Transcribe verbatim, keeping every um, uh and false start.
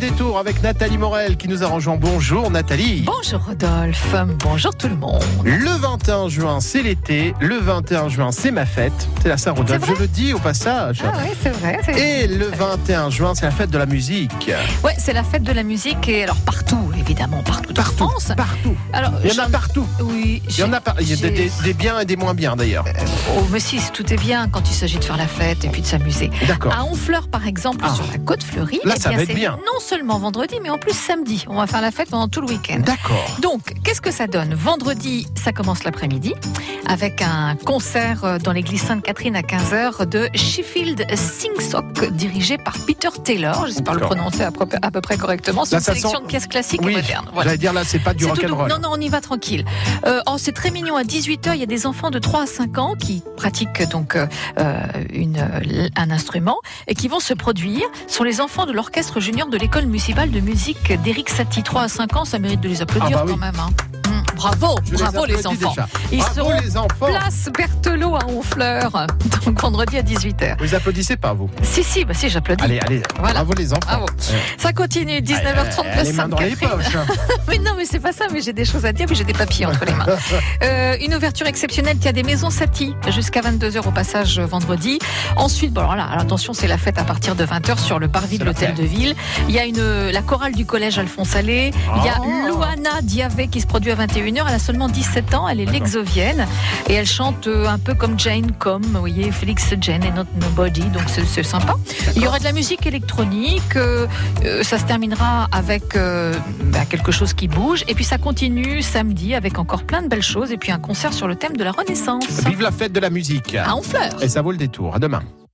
détour avec Nathalie Morel qui nous a rejoint. Bonjour Nathalie. Bonjour Rodolphe, bonjour tout le monde. Le vingt et un juin, c'est l'été. Le vingt et un juin, c'est ma fête. C'est la Saint-Rodolphe, je le dis au passage. Ah oui, c'est vrai. C'est... Et le vingt et un juin, c'est la fête de la musique. Ouais, c'est la fête de la musique et alors partout, évidemment, partout, Partout, en France. partout. Alors, Il y en a partout. Oui. Il y en a, par... Il y a des, des, des biens et des moins bien d'ailleurs. Euh, oh, mais si, tout est bien quand il s'agit de faire la fête et puis de s'amuser. D'accord. À Honfleur, par exemple, Ah. sur la côte fleurie, Là, eh ça bien, va être c'est bien. non seulement vendredi, mais en plus samedi. On va faire la fête pendant tout le week-end. D'accord. Donc, qu'est-ce que ça donne ? Vendredi, ça commence l'après-midi avec un concert dans l'église Sainte-Catherine à quinze heures de Sheffield Sing-Sok, dirigé par Peter Taylor. J'espère le D'accord. prononcer à peu, à peu près correctement. C'est Là, une ça sélection sent- de pièces classiques Oui, et modernes. Voilà. j'allais dire là, c'est pas du C'est tout doux. rock'n'roll. Non, non, on y va tranquille. Euh, oh, c'est très mignon. À dix-huit heures, il y a des enfants de trois à cinq ans qui pratiquent donc euh, une, euh, un instrument et qui vont se produire. Ce sont les enfants de l'orchestre junior de l'école municipale de musique d'Éric Satie. trois à cinq ans, ça mérite de les applaudir Ah bah oui. quand même. Hein. Mmh, bravo, Je bravo les, applaudis enfants. déjà. Ils Bravo seront les enfants. place Berthelot à Honfleur, donc vendredi à dix-huit heures. Vous applaudissez pas, vous? Si, si, bah si, j'applaudis. Allez, allez. Voilà. Bravo les enfants. Bravo. Ouais. Ça continue, dix-neuf heures trente, Allez, place les mains dans les Sainte-Catherine. poches. Mais non, mais c'est pas ça, mais j'ai des choses à dire, puis j'ai des papiers entre les mains. Euh, une ouverture exceptionnelle qui a des maisons Satie jusqu'à vingt-deux heures au passage vendredi. Ensuite, bon alors là, attention, c'est la fête à partir de vingt heures sur le parvis C'est de la l'hôtel fête. de ville. Il y a une, la chorale du collège Alphonse Allais. Il y a Oh. Louana Diavé qui se produit à vingt et une heures. Elle a seulement dix-sept ans, elle est D'accord. l'exovienne et elle chante euh, un peu comme Jane Come, vous voyez, Félix Jane et Not Nobody, donc c'est, c'est sympa. Il y aura de la musique électronique, euh, euh, ça se terminera avec euh, bah, quelque chose qui bouge et puis ça continue samedi avec encore plein de belles choses et puis un concert sur le thème de la Renaissance Vive la fête de la musique. à Honfleur. Et ça vaut le détour. À demain.